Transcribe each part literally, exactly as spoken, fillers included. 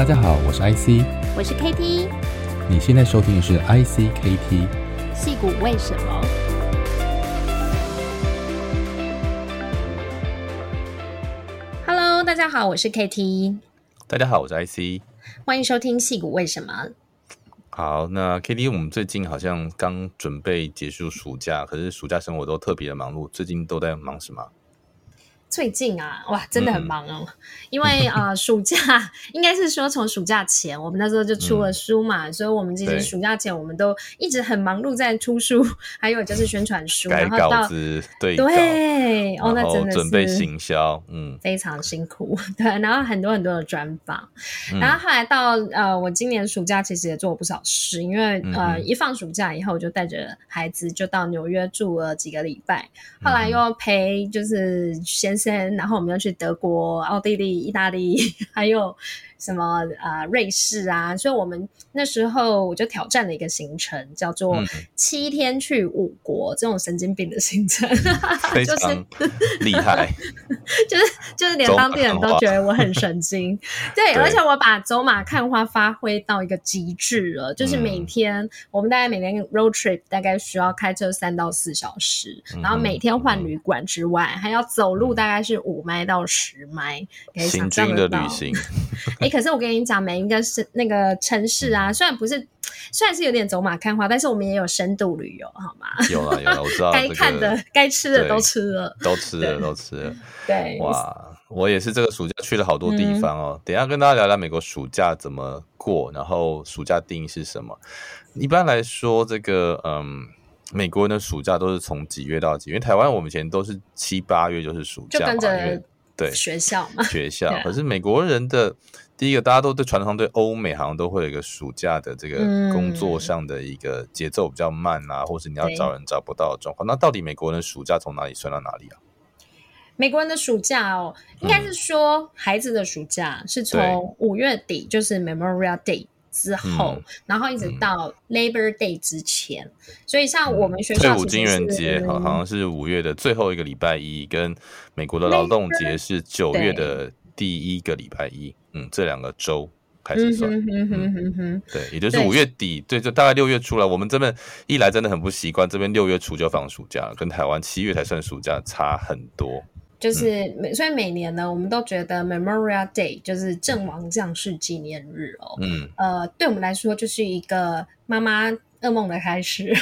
大家好，我是 I C， 我是 K T， 你现在收听的是 I C K T 矽谷为什么。Hello， 大家好，我是 K T， 大家好，我是 I C， 欢迎收听矽谷为什么。 好，那 K T 我们最近好像刚准备结束暑假，可是暑假生活都特别的忙碌，最近都在忙什么？ 最近啊，哇，真的很忙哦，嗯、因为呃，暑假应该是说从暑假前，我们那时候就出了书嘛，嗯、所以我们其实暑假前我们都一直很忙碌在出书，还有就是宣传书， 改稿子、对稿， 对，哦，那真的是准备行销，嗯， 非常辛苦，对，然后很多很多的专访，嗯、然后后来到呃，我今年暑假其实也做了不少事，因为呃，嗯、一放暑假以后，我就带着孩子就到纽约住了几个礼拜，后来又陪就是先。然后我们又去德国、奥地利、意大利，还有什么呃瑞士啊，所以我们那时候我就挑战了一个行程，叫做七天去五国，这种神经病的行程， 非常厉害， 就是就是连当地人都觉得我很神经，对，而且我把走马看花发挥到一个极致了，就是每天、嗯、我们大概每天 road trip 大概需要开车三到四小时，嗯、然后每天换旅馆之外，还要走路大概是五迈到十迈， 行军的旅行。 哎，可是我跟你讲，每一个是那个城市啊，虽然不是，虽然是有点走马看花，但是我们也有深度旅游，好吗？ 有啦有啦，我知道、 这个。该看的、该吃的都吃了， 都吃了，都吃了。 对， 哇，我也是这个暑假去了好多地方哦。嗯、等一下跟大家聊聊美国暑假怎么过，然后暑假定义是什么。一般来说，这个嗯。美国人的暑假都是从几月到几月？因为台湾我们以前都是七八月就是暑假嘛， 就跟着对学校嘛， 学校。可是美国人的第一个，大家都对传统上对欧美好像都会有一个暑假的这个工作上的一个节奏比较慢啊，嗯、或是你要找人找不到的状况。那到底美国人的暑假从哪里算到哪里啊？ 美国人的暑假哦，应该是说孩子的暑假是从五月底，就是 Memorial Day。之后、嗯，然后一直到 Labor Day 之前，嗯、所以像我们学校退伍军人节好像是五月的最后一个礼拜一，跟美国的劳动节是九月的第一个礼拜一，嗯，这两个周开始算，嗯哼哼哼哼对，也就是五月底，对，就大概六月初了。我们这边一来真的很不习惯，这边六月初就放暑假了，跟台湾七月才算暑假，差很多。 就是每所以每年呢，我们都觉得 Memorial Day 就是阵亡将士纪念日哦。嗯，呃，对我们来说就是一个妈妈噩梦的开始。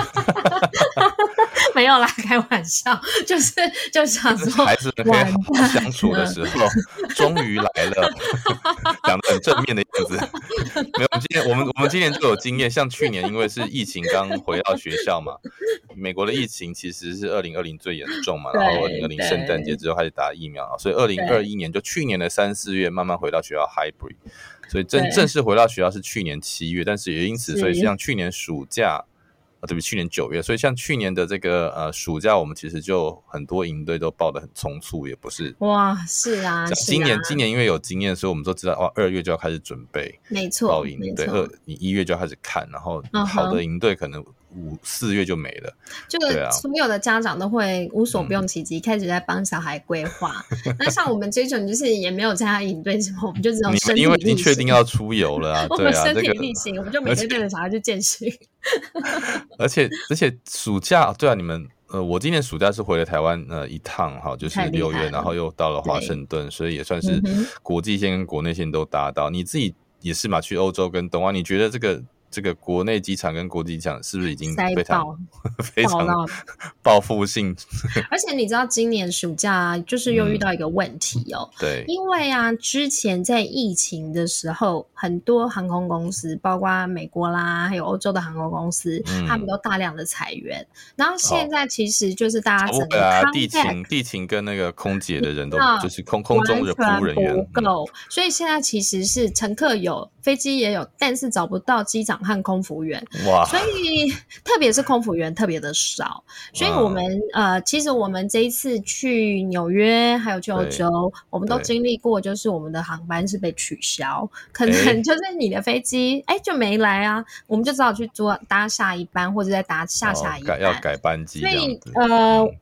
没有啦，开玩笑，就是就想说， 孩子可以好好相处的时候，终于来了，讲得很正面的样子。没有，我们今年我们我们今年就有经验，像去年因为是疫情刚回到学校嘛，美国的疫情其实是二零二零最严重嘛，然后二零二零圣诞节之后开始打疫苗，所以二零二一年就去年的三四月慢慢回到学校 hybrid， 所以正正式回到学校是去年七月，但是也因此，所以像去年暑假。啊，对不起，去年九月，所以像去年的这个呃暑假，我们其实就很多营队都报得很匆促，也不是哇，是啊， 今年、 啊、 今年因为有经验，所以我们都知道哦，二月就要开始准备， 没错， 报营队，二你一月就要开始看，然后好的营队可能五四月就没了， 就是所有的家长都会无所不用其极，嗯、开始在帮小孩规划。那像我们这种就是也没有参加营队之后，我们就只有身体力行， 因为已经确定要出游了啊，对啊， 我们身体力行，我们就每天带着小孩去健行。 而且而且暑假对啊，你们呃，我今年暑假是回了台湾呃一趟哈，就是六月，然后又到了华盛顿，所以也算是国际线跟国内线都搭到。你自己也是嘛，去欧洲跟东岸，你觉得这个这个国内机场跟国际机场是不是已经非常非常报复性？ 而且你知道今年暑假、啊、就是又遇到一个问题哦、嗯， 对， 因为啊之前在疫情的时候，很多航空公司，包括美国啦，还有欧洲的航空公司，嗯、他们都大量的裁员。然后现在其实就是大家整个、 啊、地勤地勤跟那个空姐的人都就是空空中的服务人员不够、嗯，所以现在其实是乘客有，飞机也有，但是找不到机长和空服员，哇！所以特别是空服员特别的少，所以我们呃，其实我们这一次去纽约还有去欧洲，我们都经历过，就是我们的航班是被取消，可能就是你的飞机哎就没来啊，我们就只好去坐搭下一班或者再搭下下一班， 哦、要改班机， 所以呃。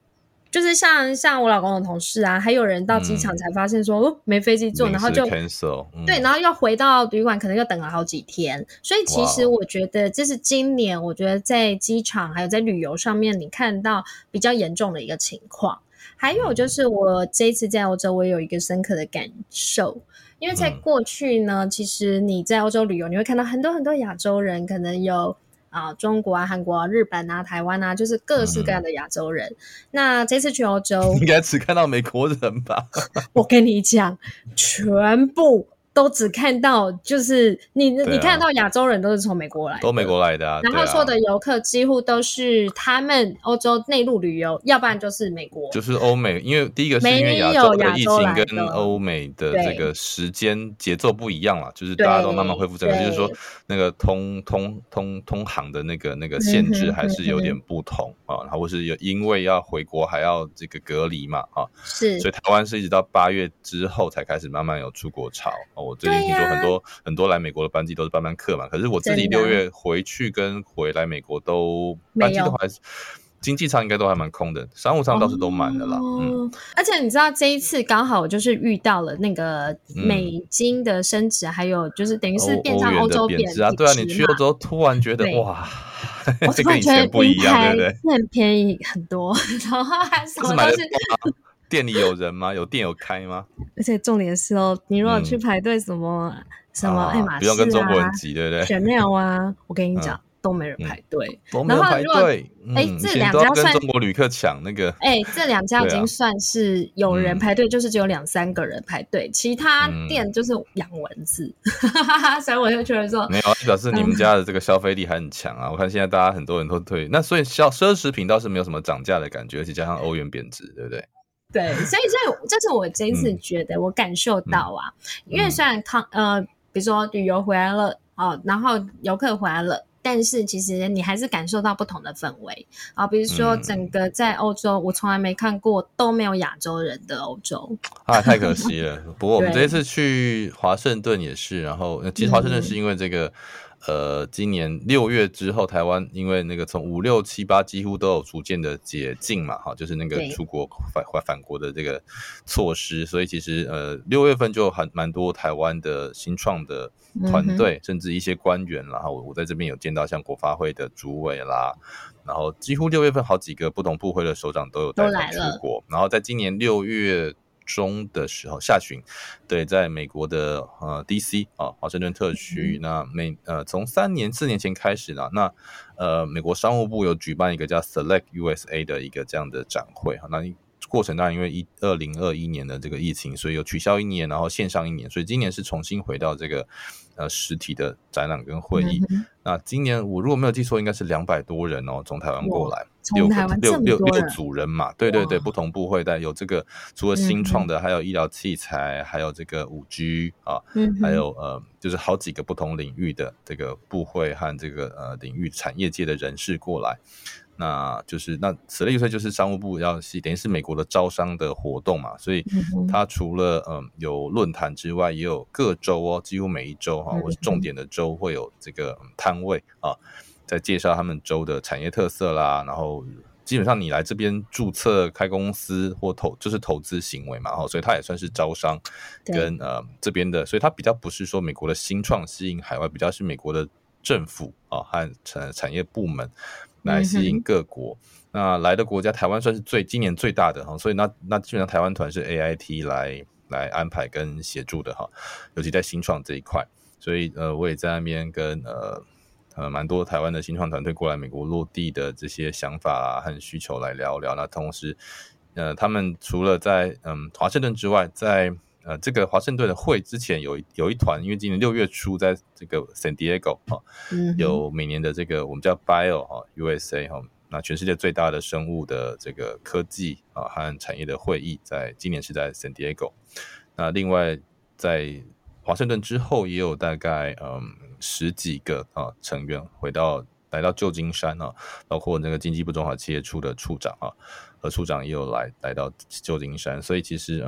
就是像像我老公的同事啊，还有人到机场才发现说、嗯、哦没飞机坐，然后就 cancel、嗯、 对，然后又回到旅馆，可能又等了好几天。所以其实我觉得这是今年我觉得在机场还有在旅游上面你看到比较严重的一个情况。还有就是我这一次在欧洲我也有一个深刻的感受，因为在过去呢、嗯、其实你在欧洲旅游你会看到很多很多亚洲人，可能有啊、中国啊、韩国啊、日本啊、台湾啊，就是各式各样的亚洲人、嗯、那这次去欧洲应该只看到美国人吧我跟你讲全部都只看到就是你、啊、你看到亚洲人都是从美国来的， 都美国来的啊， 然后所有的游客几乎都是他们欧洲内陆旅游，要不然就是美国， 就是欧美。因为第一个是因为亚洲的疫情跟欧美的这个时间节奏不一样啦，就是大家都慢慢恢复正常，就是说那个通通通通航的那个那个限制还是有点不同、嗯、啊，然后或是有因为要回国还要这个隔离嘛啊， 是， 所以台湾是一直到八月之后才开始慢慢有出国潮。我最近听说很多、啊、很多来美国的班机都是班班客嘛，可是我自己六月回去跟回来美国都班机都还是经济舱应该都还蛮空的，商务舱倒是都满了啦、哦嗯、 而且你知道这一次刚好我就是遇到了那个美金的升值、嗯、还有就是等于是变成欧洲贬值啊，对啊，你去欧洲突然觉得哇我突然觉得不一样，对不对？ 很便宜很多，然后还什么都是店里有人吗？有店有开吗？ 而且重点是哦，你如果去排队什么、嗯、什么爱马仕啊， 不用跟中国人挤，对不对 ？Chanel 啊，我跟你讲、嗯、都没人排队、 嗯，都没有排队。 哎、嗯，这两家算跟中国旅客抢那个， 哎，这两家已经算是有人排队、啊嗯，就是只有两三个人排队，其他店就是养蚊子，嗯、所以我就觉得说， 没有，表示你们家的这个消费力还很强啊、嗯！我看现在大家很多人都退，那所以奢奢侈品倒是没有什么涨价的感觉，而且加上欧元贬值，对不对？ 对，所以这这是我这一次觉得我感受到啊，嗯、因为虽然康呃，比如说旅游回来了哦，然后游客回来了。但是其实你还是感受到不同的氛围啊，比如说整个在欧洲、嗯、我从来没看过都没有亚洲人的欧洲啊，太可惜了。不过我们这一次去华盛顿也是，然后其实华盛顿是因为这个、嗯呃，今年六月之后，台湾因为那个从五六七八几乎都有逐渐的解禁嘛，哈，就是那个出国返返国的这个措施，所以其实呃六月份就还蛮多台湾的新创的团队、嗯，甚至一些官员，然后我在这边有见到像国发会的主委啦，然后几乎六月份好几个不同部会的首长都有带团出国，然后在今年六月中的时候下旬，对，在美国的呃 D C 啊华盛顿特区，嗯、那每呃从三年四年前开始呢，那呃美国商务部有举办一个叫 Select U S A 的一个这样的展会哈，那过程当然因为二零二一年的这个疫情，所以有取消一年，然后线上一年，所以今年是重新回到这个呃实体的展览跟会议。嗯、那今年我如果没有记错，应该是两百多人哦，从台湾过来。 从台湾这么多人， 六六组人嘛，对对对，不同部会带有这个，除了新创的，还有医疗器材，还有这个 五 G 啊，嗯、还有呃，就是好几个不同领域的这个部会和这个呃领域产业界的人士过来。那就是那此类就是商务部要等于是美国的招商的活动嘛，所以它除了嗯有论坛之外，也有各州哦，几乎每一州哈、啊，或是重点的州会有这个摊位啊。在介绍他们州的产业特色啦，然后基本上你来这边注册开公司或投就是投资行为嘛，所以它也算是招商跟呃这边的，所以它比较不是说美国的新创吸引海外，比较是美国的政府啊和产产业部门来吸引各国。嗯、那来的国家，台湾算是最今年最大的哈，所以那那基本上台湾团是 A I T 来来安排跟协助的哈，尤其在新创这一块，所以呃我也在那边跟呃。呃，蛮多台湾的新创团队过来美国落地的这些想法啊和需求来聊聊。那同时，呃，他们除了在嗯华盛顿之外，在呃这个华盛顿的会之前有有一团，因为今年六月初在这个 San Diego 哈、哦嗯，有每年的这个我们叫 Bio 哈 U S A 哈，那全世界最大的生物的这个科技啊和产业的会议，在今年是在 San Diego。那另外在华盛顿之后也有大概嗯十几个啊成员回到来到旧金山啊，包括那个经济部中华企业处的处长啊，和处长也有来来到旧金山，所以其实嗯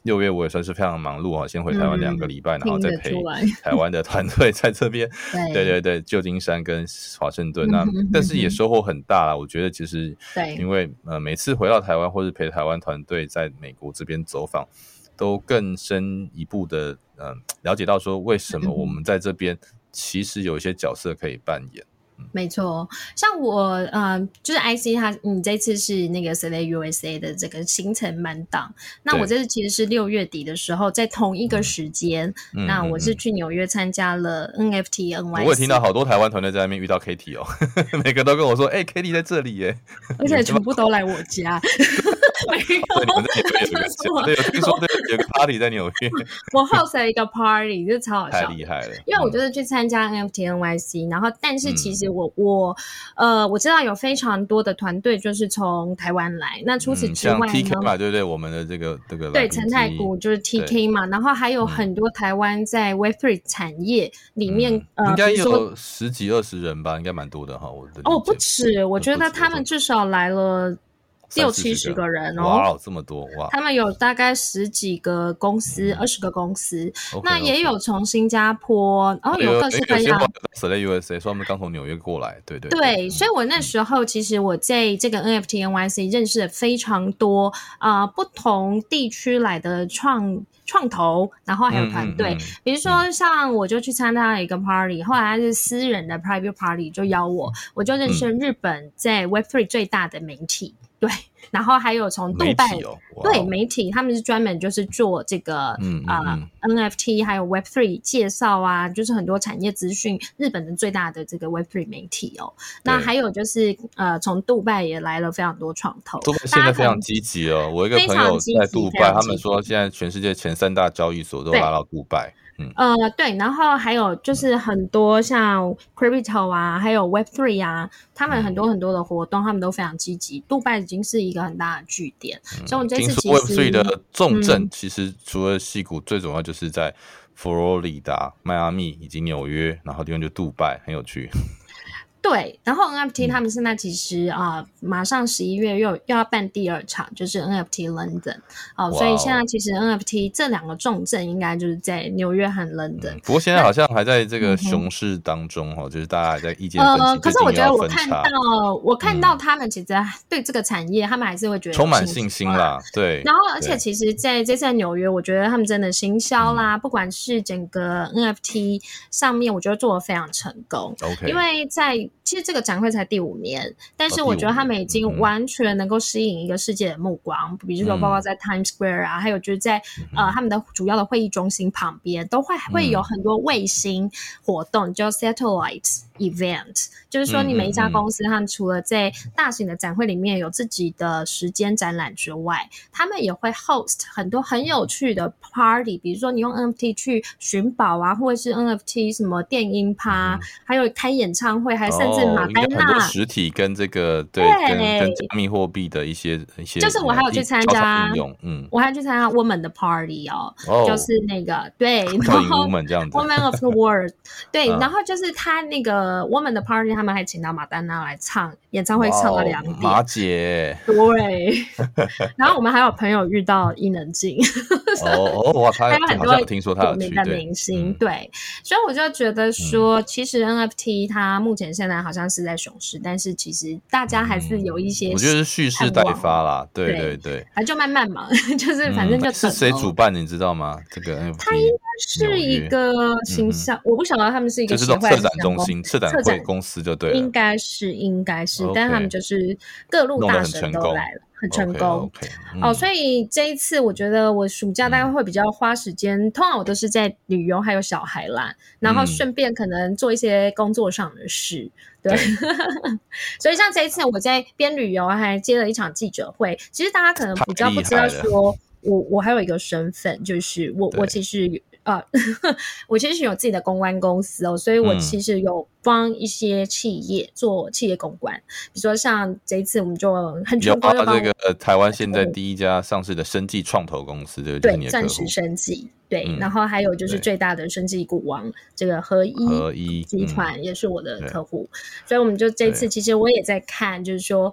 六月我也算是非常忙碌啊，先回台湾两个礼拜， 嗯、 然后再陪台湾的团队在这边，对对对对，旧金山跟华盛顿，那、嗯、但是也收获很大啦。我觉得其实因为呃每次回到台湾或是陪台湾团队在美国这边走访，都更深一步的呃了解到说为什么我们在这边其实有一些角色可以扮演。 没错，像我呃，就是 I C 他，你这次是那个 Slay U S A 的这个行程满档，那我这次其实是六月底的时候，在同一个时间，嗯、那我是去纽约参加了 N F T N Y C。 我也听到好多台湾团队在那边遇到 Katie 哦，每个都跟我说，哎、欸、，Katie 在这里耶， 而且全部都来我家。没有， 对，你们在纽约有个对，有听说对有个 party 在纽约， 我 host 了一个 party， 就超好笑， 太厉害了。 因为我就是去参加 N F T N Y C，、嗯、然后但是其实我、嗯、我呃我知道有非常多的团队就是从台湾来，那除此之外呢、嗯、 像 T K 嘛，对不对？我们的这个这个对陈太古就是 T K 嘛，然后还有很多台湾在 Web 三 产业里面、 嗯、 呃， 应该有十几二十人吧，应该蛮多的哈。我的哦不止，我觉得他们至少来了。六七十个人哦， 哇，这么多哇！ 他们有大概十几个公司，二、嗯、十个公司， okay, 那也有从新加坡，然后、哦、有各式各样。 Slay U S A 说他们刚从纽约过来，对对对, 对, 对，所以我那时候其实我在这个 N F T N Y C 认识了非常多啊、呃、不同地区来的创。创投，然后还有团队、嗯嗯嗯，比如说像我就去参加了一个 party，、嗯、后来是私人的 private party 就邀我，我就认识日本在 Web 三 最大的媒体，对，然后还有从杜拜、 哦、 对媒体，他们是专门就是做这个、嗯嗯嗯呃、N F T 还有 Web 三 介绍啊，就是很多产业资讯，日本的最大的这个 Web 三 媒体哦。那还有就是呃，从杜拜也来了非常多创投， 杜拜现在非常积极哦。我一个朋友在杜拜，他们说现在全世界前三大交易所都拉到杜拜。嗯， 呃，对，然后还有就是很多像 Crypto 啊，还有 Web 三 啊，他们很多很多的活动，嗯、他们都非常积极。杜拜已经是一个很大的据点，嗯、所以我们这次其实 Web 三 的重镇、嗯，其实除了矽谷，最主要就是在佛罗里达、迈阿密以及纽约，然后地方就杜拜，很有趣。 对，然后 N F T 他们现在其實啊、呃，馬上十一月又又要辦第二場，就是 N F T London 哦，所以現在其實 N F T 這兩個重鎮應該就是在紐約和 London、嗯。 不過現在好像還在這個熊市當中哈、嗯，就是大家還在意見分歧。 呃，可是我覺得我看到，我看到他們其實對這個產業，嗯、他們還是會覺得充滿信心啦。對， 然後而且其實在這次在紐約，我覺得他們真的行銷啦、嗯，不管是整個 N F T 上面，我覺得做得非常成功。 OK， 因為在其實這個展會才第五年，但是我覺得他們已經完全能夠吸引一個世界的目光，嗯、比如說包括在 Times Square 啊，還有就是在、嗯、呃他們的主要的會議中心旁邊，都會會有很多衛星活動，叫 Satellite Event， 就是說你每一家公司，他們除了在大型的展會裡面有自己的時間展覽之外，他們也會 host 很多很有趣的 party， 比如說你用 N F T 去尋寶啊，或者是 N F T 什麼電音趴、嗯，還有開演唱會，還甚至馬丹娜、 哦、很多實體跟這個對，對跟跟加密貨幣的一些一些， 就是我還有去參加， 嗯， 我還去參加 Woman 的 party 哦，哦就是那個對， 然後 Woman 這樣子 Woman of the World 對、啊，然後就是他那個 Woman 的 party， 他們還請到馬丹娜來唱演唱會，唱了兩點， 馬姐， 對，然後我們還有朋友遇到伊能靜， 哦哦哇，他還有很多聽說他有去的明星，對，對，所以我就覺得說，其實 N F T 它目前現在好像是在熊市，但是其實大家還是有一些、嗯， 我覺得是蓄勢待發啦，對對對， 啊就慢慢嘛，就是反正就、嗯、 是誰主辦你知道嗎？這個 N F T 它應該是一個形象、嗯，我不曉得他們是一個就是這種策展中心、策展會公司就對了， 應該是應該是，但是他們就是各路大神都來了。很成功 okay, okay, 嗯、 哦，所以這一次我覺得我暑假大概會比較花時間、嗯、通常我都是在旅遊還有小孩啦，然後順便可能做一些工作上的事、嗯、對，對所以像這一次我在邊旅遊還接了一場記者會，其實大家可能比較不知道說我我還有一個身份，就是我我其實呃，我其實有自己的公關公司哦，所以我其實有幫一些企業做企業公關，嗯、比如說像這一次我們就很成功的幫這個台灣現在第一家上市的生技創投公司，對， 對，暫時生技，對、嗯，然後還有就是最大的生技股王這個合一合一集團也是我的客戶，所以我們就這一次其實我也在看，就是說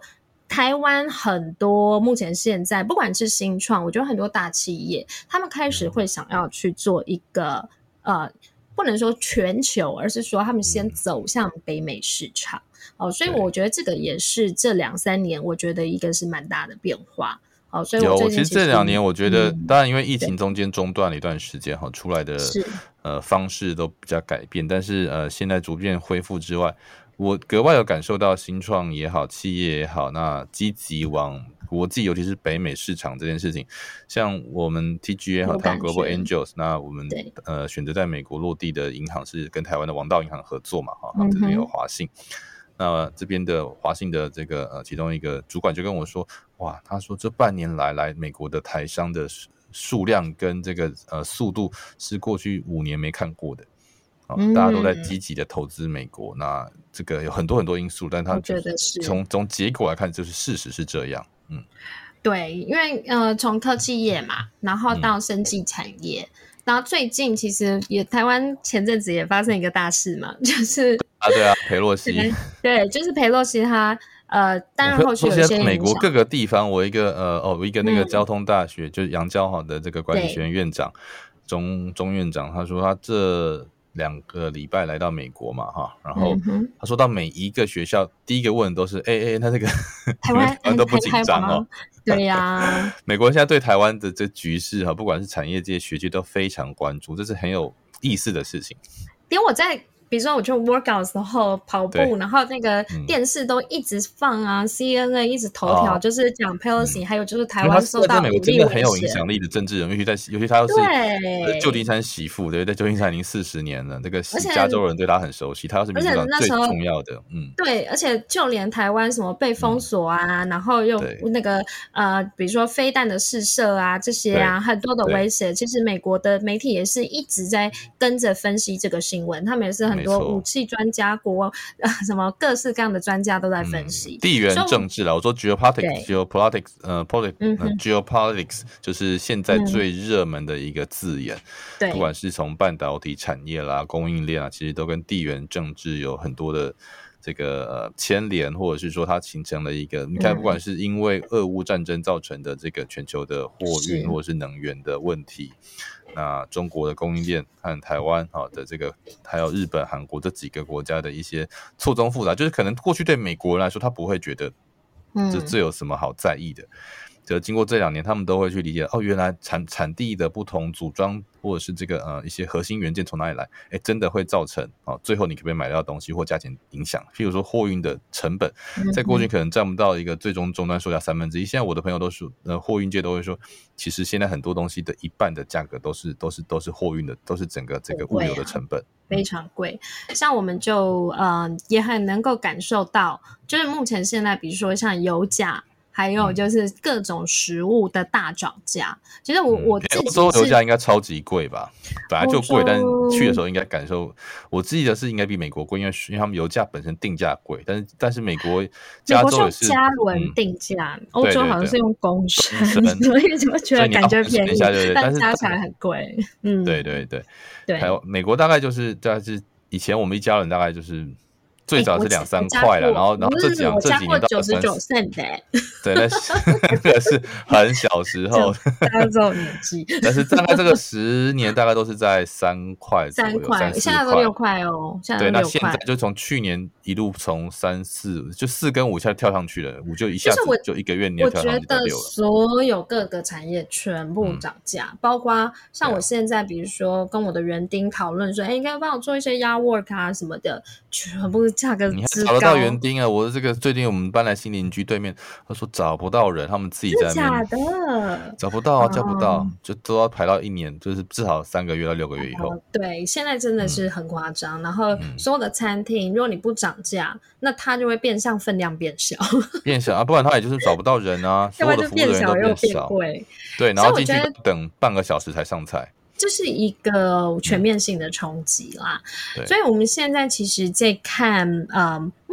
台湾很多目前现在不管是新创，我觉得很多大企业他们开始会想要去做一个呃，不能说全球，而是说他们先走向北美市场哦，所以我觉得这个也是这两三年我觉得一个是蛮大的变化。哦，所以我有，其实这两年我觉得， 嗯、 当然因为疫情中间中断了一段时间哈，出来的呃方式都比较改变，但是呃现在逐渐恢复之外，我格外有感受到新创也好，企业也好，那积极往国际，尤其是北美市场这件事情，像我们 T G A 和台湾 Global Angels， 那我们呃选择在美国落地的银行是跟台湾的王道银行合作嘛，哈，这边有华信。嗯那这边的华信的这个呃其中一个主管就跟我说，哇，他说这半年来来美国的台商的数量跟这个呃速度是过去五年没看过的，哦嗯、大家都在积极的投资美国。那这个有很多很多因素，但他从从结果来看，就是事实是这样。嗯， 对，因为呃从科技业嘛，然后到生技产业。嗯然后最近其实也台湾前阵子也发生一个大事嘛，就是啊对啊，裴洛西， 对，就是裴洛西他呃，当然后续有一些美国各个地方，我一个呃哦，一个那个交通大学、嗯、就是阳交好的这个管理学院院长钟钟院长，他说他这两个礼拜来到美国嘛哈，然后他说到每一个学校第一个问都是哎哎，他这个台湾台湾都不紧张哦。 对呀、啊， 美国现在对台湾的这局势哈，不管是产业界、学界都非常关注，这是很有意思的事情。 连我在比如说我去 workout 的时候跑步，然后那个电视都一直放啊、嗯、C N N 一直头条、哦、就是讲 Pelosi、嗯、还有就是台湾受到美国真的很有影响力的政治人物，尤其在尤其他又是旧金山媳妇，对，在旧金山已经四十年了，这个加州人对他很熟悉，他又是民主党最重要的，嗯， 对，而且就连台湾什么被封锁啊，嗯、然后又那个呃，比如说飞弹的试射啊这些啊，很多的威胁，其实美国的媒体也是一直在跟着分析这个新闻，他们也是很多武器专家、国呃什么各式各样的专家都在分析、嗯、 地缘政治啦。我说 geopolitics geopolitics 呃 politics、嗯呃、geopolitics 就是现在最热门的一个字眼，对、嗯，不管是从半导体产业啦、供应链啊，其实都跟地缘政治有很多的这个呃牵连，或者是说它形成了一个，你看，不管是因为俄乌战争造成的这个全球的货运或者是能源的问题。那中国的供应链和台湾的这个，还有日本、韩国这几个国家的一些错综复杂，就是可能过去对美国人来说，他不会觉得这这有什么好在意的。嗯就经过这两年，他们都会去理解哦，原来产产地的不同，组装或者是这个呃一些核心元件从哪里来，哎，真的会造成哦，最后你可不可以买到的东西或价钱影响。譬如说货运的成本，在过去可能占不到一个最终终端售价三分之一，现在我的朋友都说，呃，货运界都会说，其实现在很多东西的一半的价格都是都是都是货运的，都是整个这个物流的成本。 非常贵，像我们就呃也很能够感受到，就是目前现在比如说像油价。还有就是各种食物的大涨价，其实我、嗯、我自己是欧洲油价应该超级贵吧，本来就贵，但是去的时候应该感受，我记得是应该比美国贵，因为因为他们油价本身定价贵，但是但是美国加州也是加仑定价，欧、嗯、洲好像是用公升，所以怎么觉得感觉便宜，但加起来很贵。嗯， 对对对对，还有美国大概就是大概是以前我们一加仑大概就是。最早是两三块了，然后然后这几年这几年到九十九 cent 的， 对，那是那个是很小时候， 大家这种年纪， 但是大概这个十年大概都是在三块左右， 三块，现在都六块哦，现在对，那现在就从去年一路从三四就四跟五一下跳上去了，五就一下子就一个月年跳上去到六了。 我觉得所有各个产业全部涨价，嗯、包括像我现在比如说跟我的园丁讨论说，哎，应该帮我做一些压 work 啊什么的，全部。价格你还找得到园丁啊？我的这个最近我们搬来新邻居对面，他说找不到人，他们自己在那边。 真的假的？ 找不到啊，叫不到，哦、就都要排到一年，就是至少三个月到六个月以后。哦、 对，现在真的是很夸张。嗯、然后所有的餐厅，如果你不涨价，那它就会变相分量变小。 变小啊，不然它也就是找不到人啊，所有的服务人员都变少。 贵对，然后进去等半个小时才上菜。 这是一个全面性的冲击啦、嗯，所以我们现在其实在看，呃，目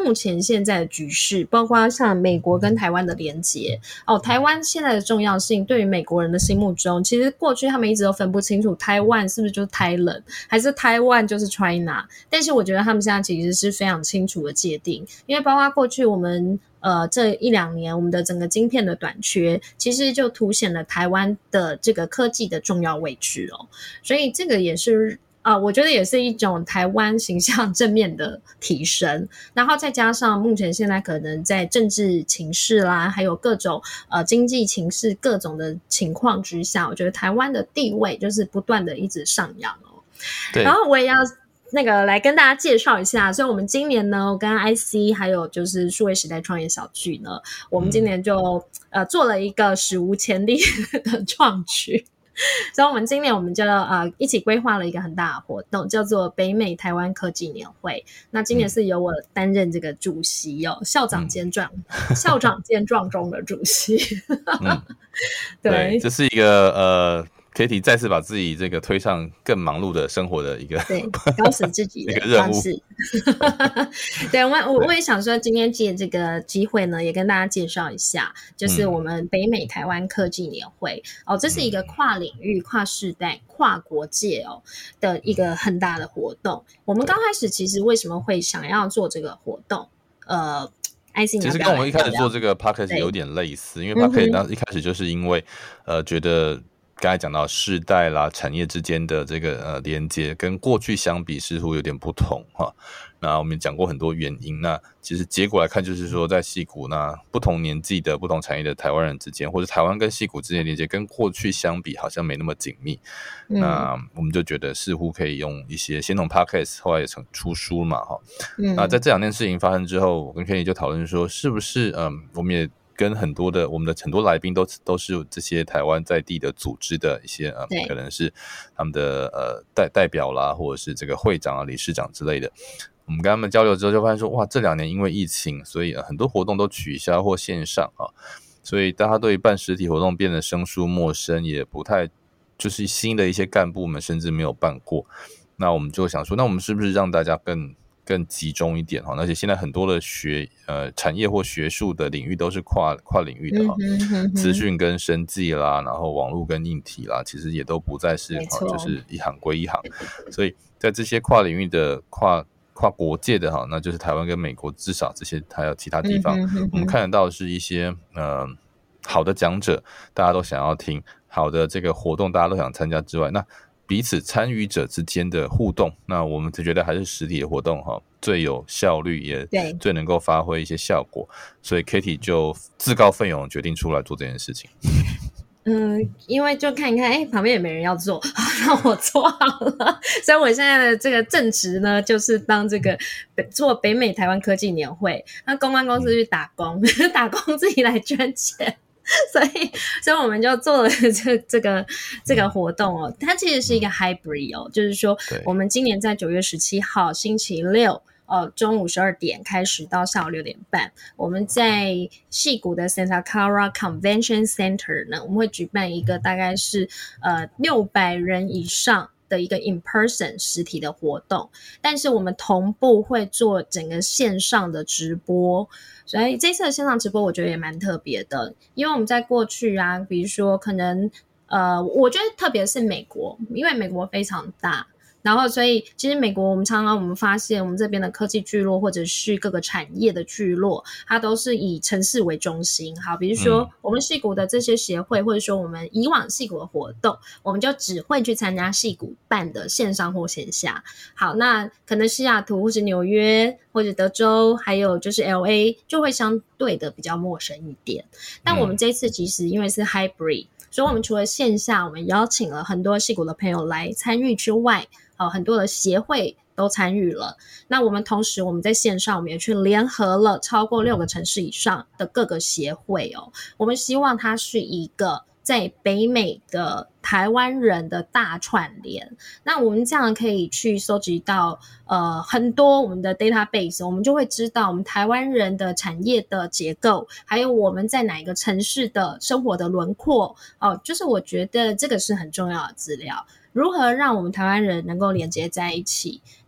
目前现在的局势，包括像美国跟台湾的连结哦，台湾现在的重要性对于美国人的心目中，其实过去他们一直都分不清楚台湾是不是就是 Thailand 还是台湾就是 China， 但是我觉得他们现在其实是非常清楚的界定，因为包括过去我们呃，这一两年我们的整个晶片的短缺，其实就凸显了台湾的这个科技的重要位置哦，所以这个也是啊、呃，我觉得也是一种台湾形象正面的提升，然后再加上目前现在可能在政治情势啦，还有各种呃经济情势各种的情况之下，我觉得台湾的地位就是不断的一直上扬哦。 对， 然后我也要那个来跟大家介绍一下，所以我们今年呢，我跟 I C 还有就是数位时代创业小聚呢，我们今年就、嗯、呃做了一个史无前例的创举。所以我们今年我们就呃一起规划了一个很大的活动，叫做北美台湾科技年会。那今年是由我担任这个主席哦，校长兼壮、嗯、校长兼壮中的主席。 嗯，对, 对，这是一个呃。Katie 再次把自己这个推上更忙碌的生活的一个对搞死自己的方式。对，我我我也想说，今天借这个机会呢，也跟大家介绍一下，就是我们北美台湾科技年会、嗯、哦，这是一个跨领域、跨世代、跨国界哦的一个很大的活动。我们刚开始其实为什么会想要做这个活动？呃。 其实跟我们一开始做这个 podcast 有点类似，因为 podcast 当时一开始就是因为、嗯、呃觉得刚才讲到世代啦产业之间的这个呃连接跟过去相比似乎有点不同哈。那我们讲过很多原因，那其实结果来看就是说在矽谷那不同年纪的不同产业的台湾人之间，或者台湾跟矽谷之间的连接跟过去相比好像没那么紧密、嗯、那我们就觉得似乎可以用一些先从 podcast 后来也成出书嘛哈、嗯。那在这两件事情发生之后，我跟 Kenny 就讨论说是不是嗯我们也跟很多的我们的很多来宾都都是这些台湾在地的组织的一些呃，可能是他们的呃代代表啦，或者是这个会长啊、理事长之类的。我们跟他们交流之后就发现说，哇，这两年因为疫情，所以、呃、很多活动都取消或线上啊，所以大家对于办实体活动变得生疏陌生，也不太就是新的一些干部们甚至没有办过。那我们就想说，那我们是不是让大家更更集中一点哈？而且现在很多的学呃产业或学术的领域都是跨跨领域的哈，资讯跟生技啦，然后网络跟硬体啦，其实也都不再是哈，就是一行归一行。所以在这些跨领域的跨跨国界的哈，那就是台湾跟美国，至少这些还有其他地方，我们看得到是一些呃好的讲者，大家都想要听，好的这个活动大家都想参加之外，那彼此参与者之间的互动，那我们就觉得还是实体的活动哈最有效率，也最能够发挥一些效果，所以 Katie 就自告奋勇决定出来做这件事情。 嗯，因为就看一看，哎，旁边也没人要做，让我做好了。所以我现在的这个正职呢，就是当这个做北美台湾科技年会，那公关公司去打工，嗯、打工自己来捐钱。所以，所以我们就做了这这个这个活动哦。它其实是一个 hybrid 哦，就是说，我们今年在九月十七号星期六。呃，中午十二点开始到下午六点半，我们在矽谷的 Santa Clara Convention Center 呢，我们会举办一个大概是呃六百人以上的一个 in person 实体的活动，但是我们同步会做整个线上的直播，所以这次的线上直播我觉得也蛮特别的，因为我们在过去啊，比如说可能呃，我觉得特别是美国，因为美国非常大。然后所以其实美国我们常常我们发现我们这边的科技聚落或者是各个产业的聚落，它都是以城市为中心。好，比如说我们矽谷的这些协会，或者说我们以往矽谷的活动，我们就只会去参加矽谷办的线上或线下。好，那可能西雅图或是纽约或者德州还有就是 L A 就会相对的比较陌生一点。但我们这次其实因为是 hybrid， 所以我们除了线下我们邀请了很多矽谷的朋友来参与之外，呃、很多的协会都参与了。那我们同时我们在线上我们也去联合了超过六个城市以上的各个协会哦。我们希望它是一个在北美的台湾人的大串联。那我们这样可以去收集到呃很多我们的 database， 我们就会知道我们台湾人的产业的结构，还有我们在哪一个城市的生活的轮廓哦。就是我觉得这个是很重要的资料。如何让我们台湾人能够连接在一起？那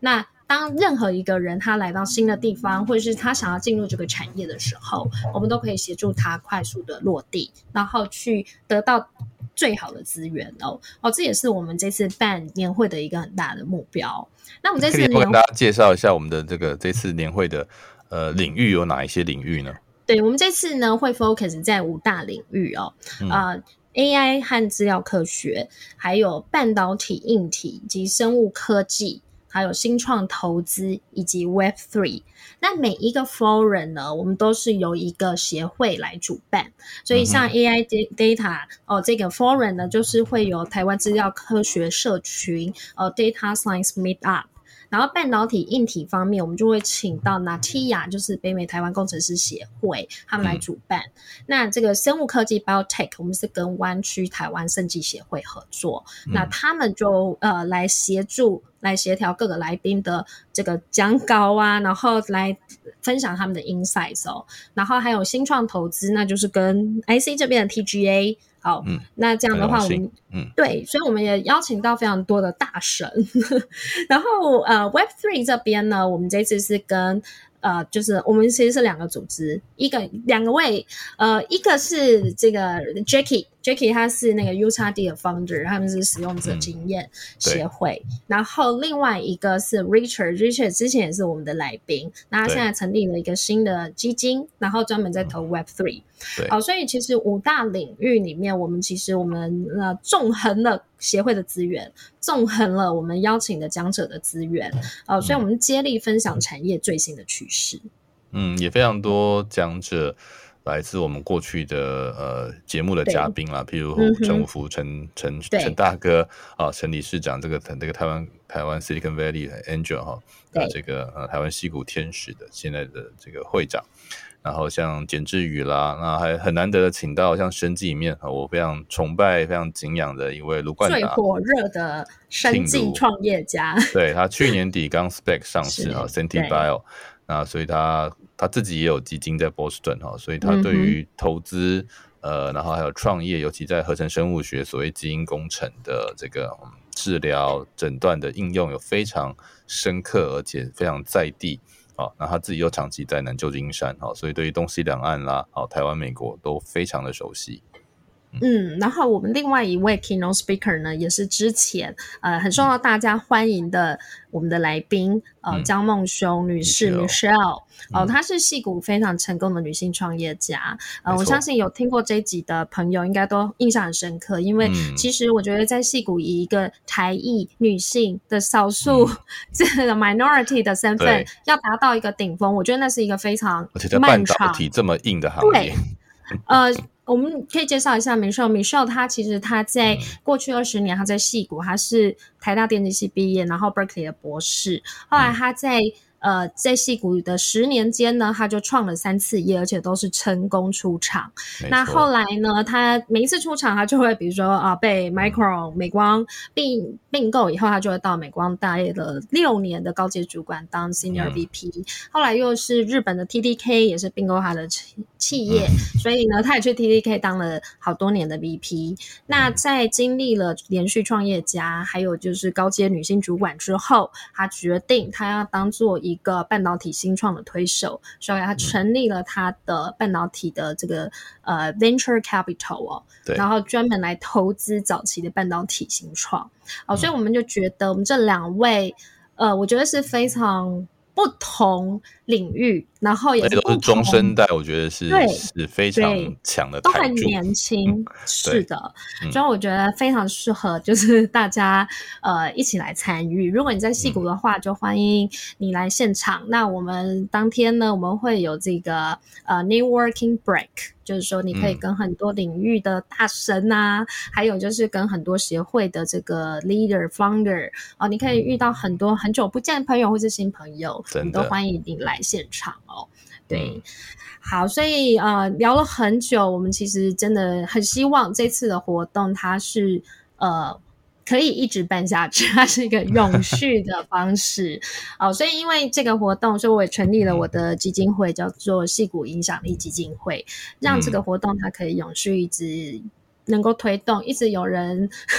当任何一个人他来到新的地方，或者是他想要进入这个产业的时候，我们都可以协助他快速的落地，然后去得到最好的资源哦。哦，这也是我们这次办年会的一个很大的目标。那我们这次年会， 可以跟大家介绍一下我们的这个这次年会的呃领域有哪一些领域呢？ 对，我们这次呢会 focus 在五大领域哦，嗯呃 A I 和资料科学，还有半导体、硬体及生物科技，还有新创投资以及 Web 三。那每一个 forum 呢，我们都是由一个协会来主办，所以像 A I Data、嗯、哦，这个 forum 呢，就是会有台湾资料科学社群，呃 Data Science Meetup。然后半导体硬体方面，我们就会请到 N A T I A， 就是北美台湾工程师协会，他们来主办。嗯、那这个生物科技 Biotech， 我们是跟湾区台湾生技协会合作，嗯、那他们就呃来协助。来协调各个来宾的这个讲稿啊，然后来分享他们的 insights 哦。然后还有新创投资，那就是跟 I C 这边的 T G A。好，嗯、那这样的话我们，嗯，对，所以我们也邀请到非常多的大神。然后呃 Web 三 这边呢，我们这次是跟呃，就是我们其实是两个组织，一个两个位，呃，一个是这个 Jackie，Jackie 他是那个 U X D 的 founder， 他们是使用者经验协会，嗯、然后另外一个是 Richard，Richard 之前也是我们的来宾，那他现在成立了一个新的基金，然后专门在投 Web 三。好，所以其实五大领域里面，我们其实我们呃纵横了协会的资源，纵横了我们邀请的讲者的资源，呃，所以我们接力分享产业最新的趋势。 嗯，也非常多讲者来自我们过去的呃节目的嘉宾啦，譬如陈武福、陈陈陈大哥啊，陈理事长，这个这个台湾台湾 Silicon Valley Angel 哈、啊，这个呃台湾矽谷天使的现在的这个会长。然后像简志宇啦，那还很难得的请到像生技里面我非常崇拜、非常敬仰的一位卢冠达， 最火热的生技创业家。 对，他去年底刚 spec 上市啊 ，Senti Bio， 那所以他他自己也有基金在波士顿哈，所以他对于投资、嗯、呃，然后还有创业，尤其在合成生物学、所谓基因工程的这个、嗯、治疗诊断的应用有非常深刻而且非常在地。好，那他自己又长期在南旧金山，好，所以对于东西两岸啦，好，台湾、美国都非常的熟悉。 嗯，然后我们另外一位 keynote speaker 呢，也是之前呃很受到大家欢迎的我们的来宾，呃，江梦雄女士 Michelle， 哦、呃，她是矽谷非常成功的女性创业家，呃，我相信有听过这一集的朋友应该都印象很深刻，因为其实我觉得在矽谷以一个台裔女性的少数、嗯、这个 minority 的身份，要达到一个顶峰，我觉得那是一个非常漫长， 而且在半导体这么硬的行业， 对，呃。我们可以介绍一下 Michelle Michelle 她其实她在过去二十年她在矽谷，她是台大电机系毕业，然后 Berkeley 的博士，后来她在呃，在矽谷的十年间呢，他就创了三次业，而且都是成功出场。那后来呢，他每一次出场，他就会比如说啊，被 Micron 美光并并购以后，他就会到美光待了六年的高阶主管当 Senior V P、嗯。后来又是日本的 T D K 也是并购他的企业、嗯，所以呢，他也去 T D K 当了好多年的 V P。那在经历了连续创业家，还有就是高阶女性主管之后，他决定他要当做一个半导体新创的推手，所以他成立了他的半导体的这个呃 venture capital 哦，然后专门来投资早期的半导体新创哦，所以我们就觉得我们这两位呃，我觉得是非常不同领域，然后也是都是中生代，我觉得是是非常强的台柱， 都很年轻、嗯、是的、嗯、所以我觉得非常适合就是大家呃一起来参与。如果你在矽谷的话、嗯、就欢迎你来现场。那我们当天呢，我们会有这个呃 networking break，就是说你可以跟很多领域的大神啊、嗯、还有就是跟很多协会的这个 leader founder、呃、你可以遇到很多很久不见的朋友或是新朋友，你都欢迎你来现场哦。对、嗯、好，所以呃聊了很久，我们其实真的很希望这次的活动它是呃可以一直办下去，它是一个永续的方式哦，所以因为这个活动，所以我也成立了我的基金会，叫做矽谷影响力基金会，让这个活动它可以永续一直能够推动，一直有人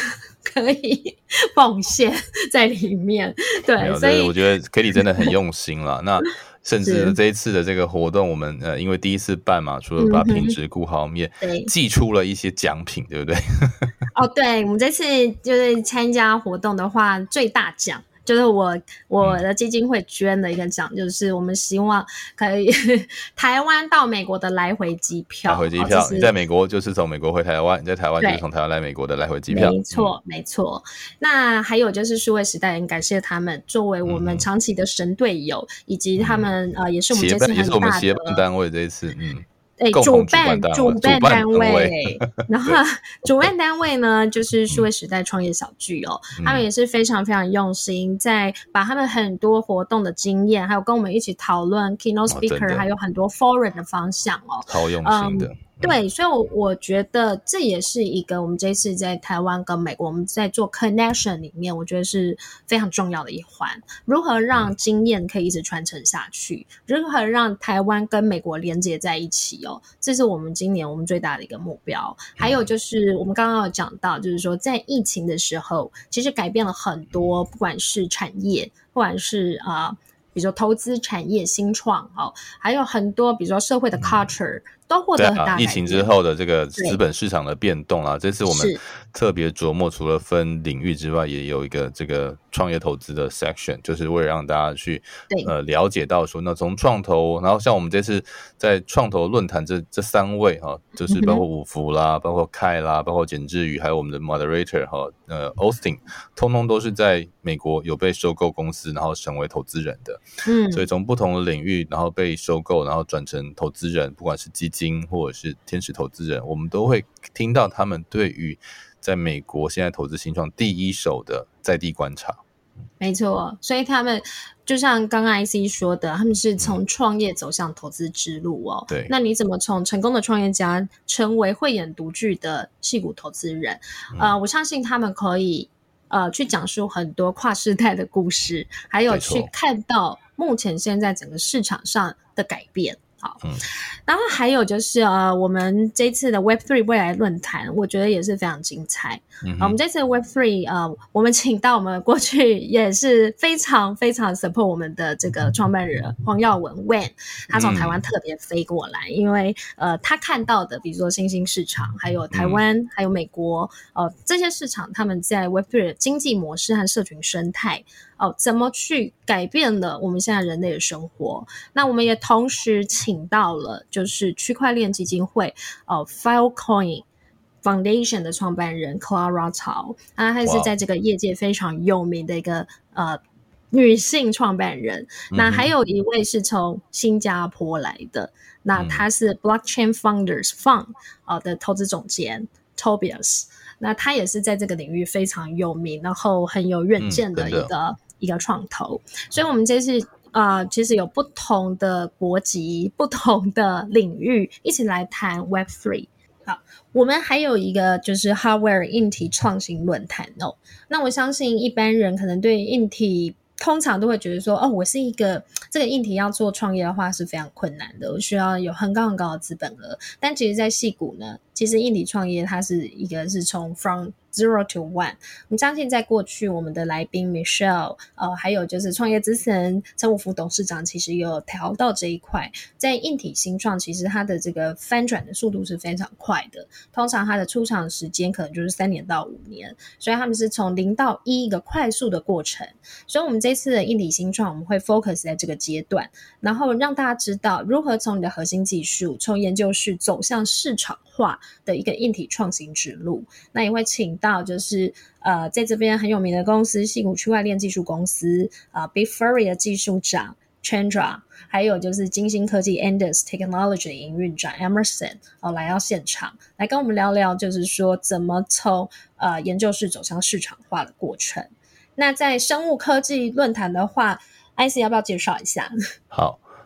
可以奉献在里面。对，所以我觉得 Katie 真的很用心啦。那甚至这一次的这个活动，我们呃因为第一次办嘛，除了把品质顾好，我们也寄出了一些奖品，对不对？ 哦，对，我们这次就是参加活动的话，最大奖就是我我的基金会捐的一个奖，嗯、就是我们希望可以台湾到美国的来回机票。 来回机票，哦、你在美国就是从美国回台湾，你在台湾就是从台湾来美国的来回机票。 没错，嗯、没错。那还有就是数位时代，很感谢他们作为我们长期的神队友，嗯、以及他们、嗯、呃也是我们这次很大的， 也是我们协办单位这一次，嗯。 对，主办主办单位，然后主办单位呢，就是数位时代创业小聚哦，嗯、他们也是非常非常用心，在把他们很多活动的经验，还有跟我们一起讨论 keynote speaker，、哦、还有很多 forum 的方向哦， 超用心的。嗯对，所以我，我觉得这也是一个我们这次在台湾跟美国我们在做 connection 里面，我觉得是非常重要的一环。如何让经验可以一直传承下去？如何让台湾跟美国连接在一起哦？这是我们今年我们最大的一个目标。还有就是我们刚刚有讲到，就是说在疫情的时候，其实改变了很多，不管是产业，不管是啊、呃，比如说投资产业新创哦，还有很多比如说社会的 culture。嗯都获得很大的改变、 啊、疫情之后的这个资本市场的变动啊，这次我们特别琢磨，除了分领域之外，也有一个这个创业投资的 section， 就是为了让大家去呃了解到说，那从创投，然后像我们这次在创投论坛这这三位哈、啊，就是包括五福啦，嗯、包括凯啦，包括简志宇，还有我们的 moderator 哈、啊，呃 Austin， 通通都是在美国有被收购公司，然后成为投资人的，嗯，所以从不同的领域，然后被收购，然后转成投资人，不管是基金金或者是天使投资人，我们都会听到他们对于在美国现在投资新创第一手的在地观察。 没错，所以他们就像刚刚 I C 说的，他们是从创业走向投资之路哦。 对， 那你怎么从成功的创业家成为慧眼独具的矽谷投资人？嗯、呃，我相信他们可以呃去讲述很多跨世代的故事，还有去看到目前现在整个市场上的改变。好，嗯，然后还有就是呃，我们这次的 Web 三 未来论坛，我觉得也是非常精彩。嗯、呃，我们这次的 Web 三 呃，我们请到我们过去也是非常非常 support 我们的这个创办人黄耀文 Wen， 他从台湾特别飞过来，嗯、因为呃，他看到的比如说新兴市场，还有台湾，嗯、还有美国，呃，这些市场他们在 Web 三 的经济模式和社群生态。哦，怎么去改变了我们现在人类的生活？那我们也同时请到了就是区块链基金会哦 Filecoin Foundation 的创办人 Clara 曹，啊，她是在这个业界非常有名的一个呃女性创办人。嗯、那还有一位是从新加坡来的，那她是 Blockchain Founders Fund 呃的投资总监 Tobias。那他也是在这个领域非常有名，然后很有远见的一个、嗯、一个创投，所以我们这次呃，其实有不同的国籍、不同的领域一起来谈 Web 三。好，我们还有一个就是 Hardware 硬体创新论坛哦。那我相信一般人可能对硬体通常都会觉得说，哦，我是一个这个硬体要做创业的话是非常困难的，我需要有很高很高的资本额。但其实在矽谷呢，其实硬体创业它是一个是从 from zero to one。我们相信在过去我们的来宾 Michelle， 呃，还有就是创业之神陈武福董事长，其实有调到这一块，在硬体新创，其实它的这个翻转的速度是非常快的，通常它的出场时间可能就是三年到五年，所以他们是从零到一一个快速的过程。所以我们这次的硬体新创，我们会 focus 在这个阶段，然后让大家知道如何从你的核心技术，从研究室走向市场化的一个硬体创新之路。那也会请到就是呃，在这边很有名的公司矽谷区块链技术公司呃 Bitfury 的技术长 Chandra， 还有就是金星科技 Enders Technology 的营运长 Emerson 哦，来到现场来跟我们聊聊，就是说怎么从呃研究室走向市场化的过程。那在生物科技论坛的话， I C 要不要介绍一下？ 好，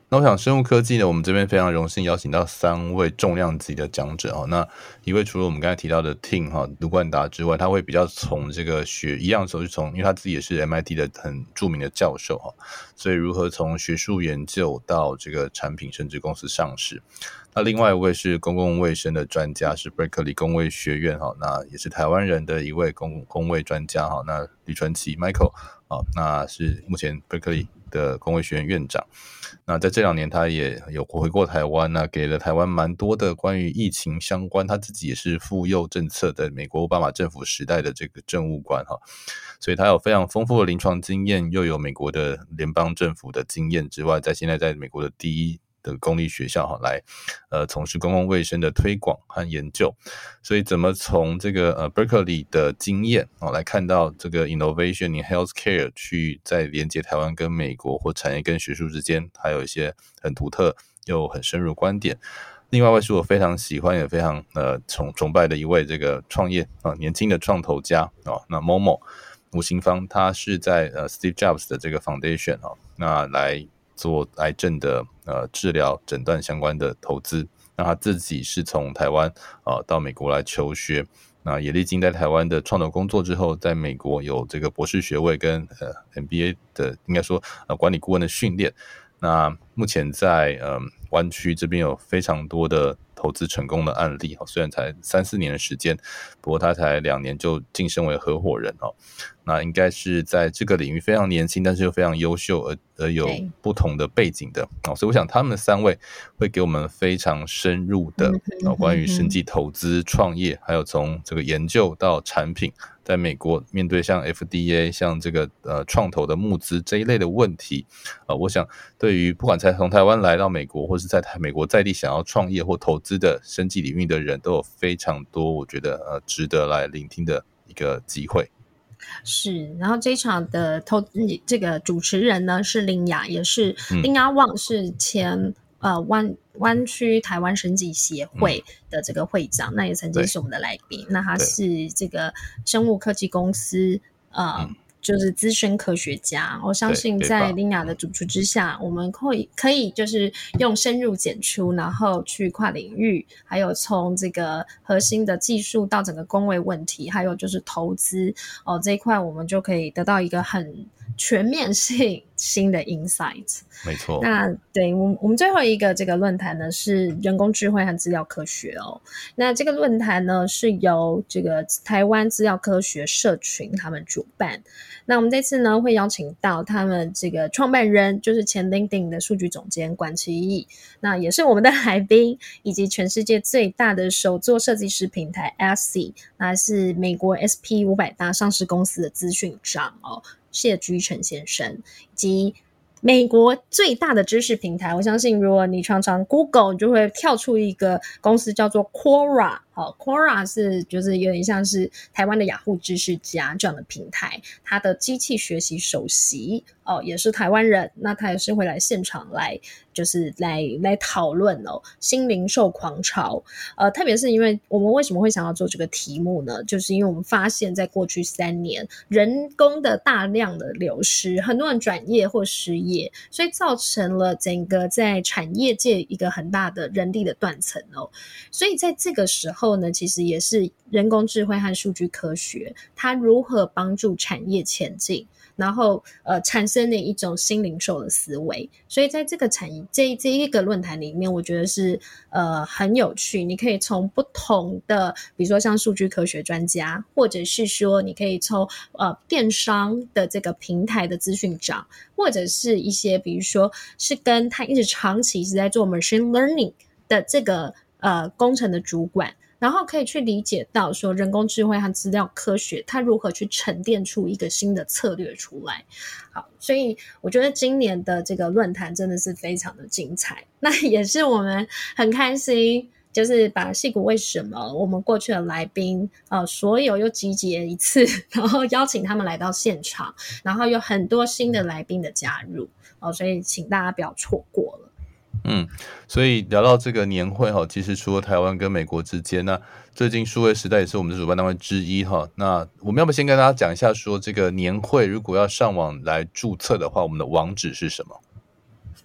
那我想生物科技呢，我们这边非常荣幸邀请到三位重量级的讲者哦。那一位除了我们刚才提到的 Tim 哈卢冠达之外，他会比较从这个学一样的时候，是从因为他自己也是 M I T 的很著名的教授哈，所以如何从学术研究到这个产品甚至公司上市。那另外一位是公共卫生的专家，是 Berkeley 公卫学院哈，那也是台湾人的一位公公卫专家哈。那吕纯奇 Michael 啊，那是目前 Berkeley 的公卫学院院长。那在这两年他也有回过台湾，那给了台湾蛮多的关于疫情相关，他自己也是妇幼政策的美国奥巴马政府时代的这个政务官哈，所以他有非常丰富的临床经验，又有美国的联邦政府的经验之外，在现在在美国的第一的公立学校来呃从事公共卫生的推广和研究，所以怎么从这个呃 Berkeley 的经验哦来看到这个 innovation in healthcare 去再连接台湾跟美国或产业跟学术之间，还有一些很独特又很深入的观点。另外一位是我非常喜欢也非常呃崇崇拜的一位这个创业啊、呃、年轻的创投家哦，那 Momo 吴新芳，他是在呃 Steve Jobs 的这个 Foundation 哦，那来做癌症的呃治疗诊断相关的投资。那他自己是从台湾呃到美国来求学，那也历经在台湾的创投工作之后，在美国有这个博士学位跟呃 M B A 的应该说呃管理顾问的训练。那目前在呃湾区这边有非常多的投资成功的案例，虽然才三四年的时间，不过他才两年就晋升为合伙人哦。那应该是在这个领域非常年轻，但是又非常优秀，而而有不同的背景的哦。所以我想他们三位会给我们非常深入的哦关于生技投资、创业，还有从这个研究到产品，在美国面对像 F D A 像这个呃创投的募资这一类的问题啊、呃，我想对于不管在从台湾来到美国，或是在台美国在地想要创业或投资的生技领域的人，都有非常多我觉得呃值得来聆听的一个机会。 是，然后这一场的投这个主持人呢是林雅，也是嗯林雅旺是前呃湾湾区台湾生技协会的这个会长，嗯、那也曾经是我们的来宾。那他是这个生物科技公司呃。嗯就是资深科学家，我相信在林雅的主持之下，我们可以可以就是用深入简出，然后去跨领域，还有从这个核心的技术到整个工位问题，还有就是投资哦这一块，我们就可以得到一个很全面性新的 insight。 没错。 那对我我们最后一个这个论坛呢是人工智慧和资料科学哦。那这个论坛呢是由这个台湾资料科学社群他们主办。那我们这次呢会邀请到他们这个创办人，就是前 LinkedIn 的数据总监管其义，那也是我们的来宾，以及全世界最大的手作设计师平台 S C， 那是美国 S P 五百 大上市公司的资讯长哦，谢居成先生，以及美国最大的知识平台，我相信如果你常常 Google 就会跳出一个公司叫做 Quora， 好 Quora 是就是有点像是台湾的雅虎知识家这样的平台，它的机器学习首席哦也是台湾人，那他也是会来现场来就是来来讨论哦新零售狂潮，呃特别是因为我们为什么会想要做这个题目呢，就是因为我们发现在过去三年人工的大量的流失，很多人转业或失业，所以造成了整个在产业界一个很大的人力的断层哦。所以在这个时候呢，其实也是人工智慧和数据科学它如何帮助产业前进，然后呃产生的一种新零售的思维。所以在这个产业这这一个论坛里面，我觉得是呃很有趣，你可以从不同的比如说像数据科学专家，或者是说你可以从呃电商的这个平台的资讯长，或者是一些比如说是跟他一直长期一直在做 machine learning 的这个呃工程的主管，然后可以去理解到说人工智慧和资料科学它如何去沉淀出一个新的策略出来。好，所以我觉得今年的这个论坛真的是非常的精彩，那也是我们很开心就是把矽谷为什么我们过去的来宾呃，所有又集结一次，然后邀请他们来到现场，然后有很多新的来宾的加入哦，所以请大家不要错过了。 嗯，所以聊到这个年会哈，其实除了台湾跟美国之间，那最近数位时代也是我们的主办单位之一哈。那我们要不先跟大家讲一下，说这个年会如果要上网来注册的话，我们的网址是什么？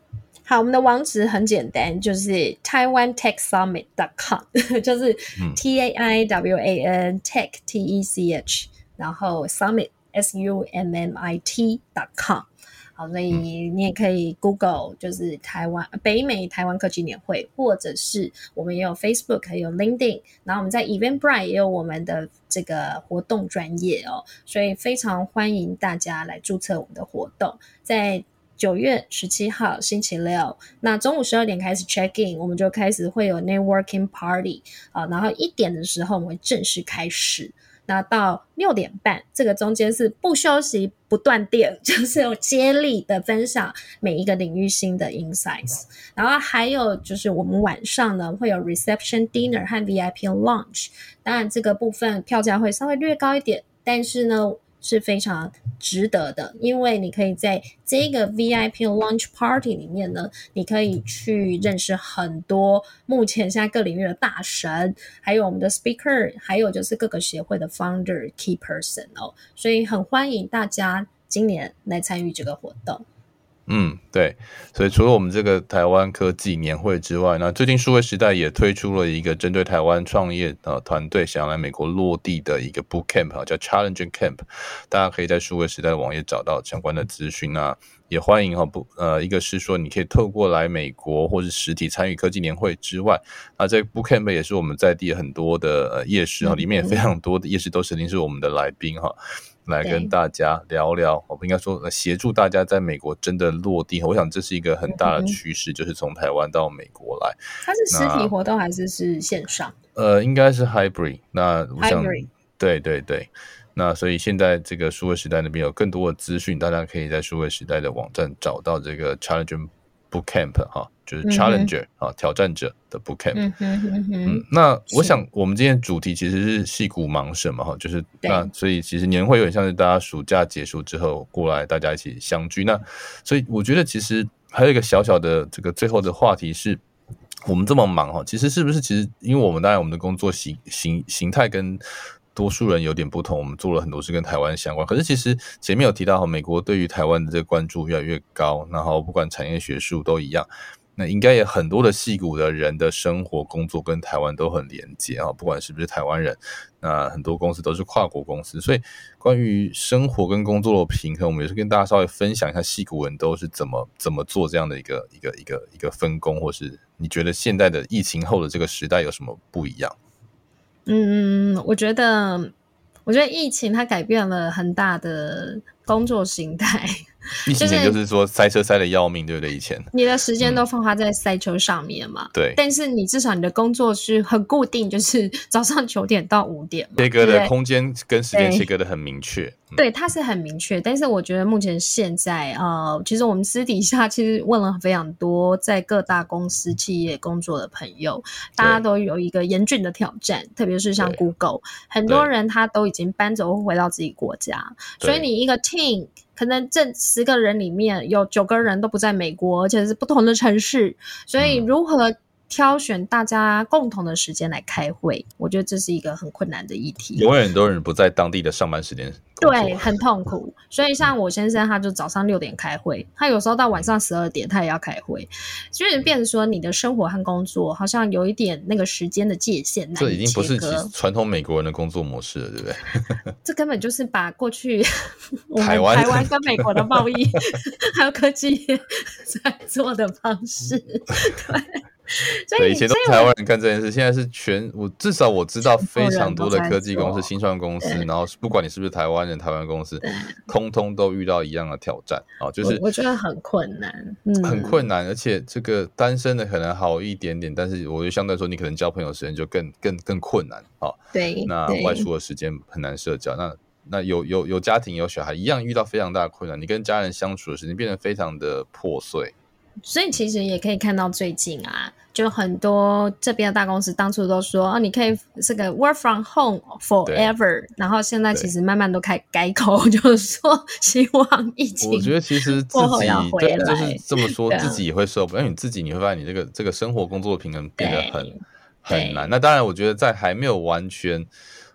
好，我们的网址很简单，就是 taiwan tech summit dot com 就是 T A I W A N Tech T E C H 然后 Summit S U M M I T dot com。 好，所以你也可以 Google 就是台湾北美台湾科技年会，或者是我们也有 Facebook 还有 LinkedIn， 然后我们在 Eventbrite 也有我们的这个活动专页哦，所以非常欢迎大家来注册我们的活动。在九月十七号星期六，那中午十二点开始 check in， 我们就开始会有 networking party 啊，然后一点的时候我们会正式开始，那到六点半，这个中间是不休息不断电，就是有接力的分享每一个领域新的 insights， 然后还有就是我们晚上呢会有 reception dinner 和 V I P launch， 当然这个部分票价会稍微略高一点，但是呢是非常值得的，因为你可以在这个 V I P launch party 里面呢，你可以去认识很多目前现在各领域的大神，还有我们的 speaker， 还有就是各个协会的 founder key person 哦，所以很欢迎大家今年来参与这个活动。 嗯，对，所以除了我们这个台湾科技年会之外，那最近数位时代也推出了一个针对台湾创业呃团队想要来美国落地的一个 bootcamp， 叫 Challenger Camp， 大家可以在数位时代的网页找到相关的资讯。那也欢迎哈不呃一个是说你可以透过来美国或是实体参与科技年会之外，那这个 bootcamp 也是我们在地很多的呃夜市哈，里面也非常多的夜市都肯定是我们的来宾哈。来跟大家聊聊，我们应该说协助大家在美国真的落地，我想这是一个很大的趋势，就是从台湾到美国来。 它是实体活动还是是线上？ 呃，应该是 hybrid。那我想 hybrid， 对对对。那所以现在这个数位时代那边有更多的资讯，大家可以在数位时代的网站找到这个 Challenger Bootcamp 哈，就是 Challenger、嗯、啊挑战者的 Bootcamp。嗯哼哼哼嗯，那我想我们今天主题其实是矽谷盲审嘛哈，就是那所以其实年会有点像是大家暑假结束之后过来大家一起相聚。那所以我觉得其实还有一个小小的这个最后的话题是，我们这么忙哈，其实是不是其实因为我们当然我们的工作形形形态跟多数人有点不同，我们做了很多事跟台湾相关，可是其实前面有提到美国对于台湾的这个关注越来越高，然后不管产业学术都一样，那应该也很多的矽谷的人的生活工作跟台湾都很连接，不管是不是台湾人，那很多公司都是跨国公司，所以关于生活跟工作的平衡，我们也是跟大家稍微分享一下矽谷人都是怎么怎么做这样的一个一个一个一个分工，或是你觉得现在的疫情后的这个时代有什么不一样？ 嗯，我觉得，我觉得疫情它改变了很大的工作形态。 疫情前就是说塞车塞得要命，对不对？以前你的时间都放花在塞车上面嘛， 对、嗯。 但是你至少你的工作是很固定，就是早上九点到五点嘛， 切割的空间跟时间切割的很明确。 对，它是很明确。但是我觉得目前现在呃，其实我们私底下其实问了非常多在各大公司企业工作的朋友，大家都有一个严峻的挑战，特别是像 Google， 很多人他都已经搬走回到自己国家，所以你一个 team。可能这十个人里面有九个人都不在美国，而且是不同的城市，所以如何挑选大家共同的时间来开会，我觉得这是一个很困难的议题。 永远很多人不在当地的上班时间工作， 对，很痛苦。所以像我先生他就早上六点开会，他有时候到晚上十二点他也要开会，所以变成说你的生活和工作好像有一点那个时间的界限难以切割。 这已经不是传统美国人的工作模式了，对不对？ 这根本就是把过去我们台湾台湾跟美国的贸易还有科技业在做的方式。对， 对，以前都是台湾人干这件事，现在是全我至少我知道非常多的科技公司、新创公司，然后不管你是不是台湾人、台湾公司，通通都遇到一样的挑战啊，就是我觉得很困难，嗯， 很困难，而且这个单身的可能好一点点，但是我觉得相对来说，你可能交朋友时间就更更更困难啊。 对， 那外出的时间很难社交，那那有有有家庭有小孩，一样遇到非常大的困难，你跟家人相处的时间变得非常的破碎。 所以其实也可以看到最近啊，就很多这边的大公司当初都说哦，你可以这个 work from home forever， 然后现在其实慢慢都开改口，就是说希望疫情我觉得其实自己对就是这么说，自己也会受不了，因为你自己你会发现你这个这个生活工作的平衡变得很很难。那当然，我觉得在还没有完全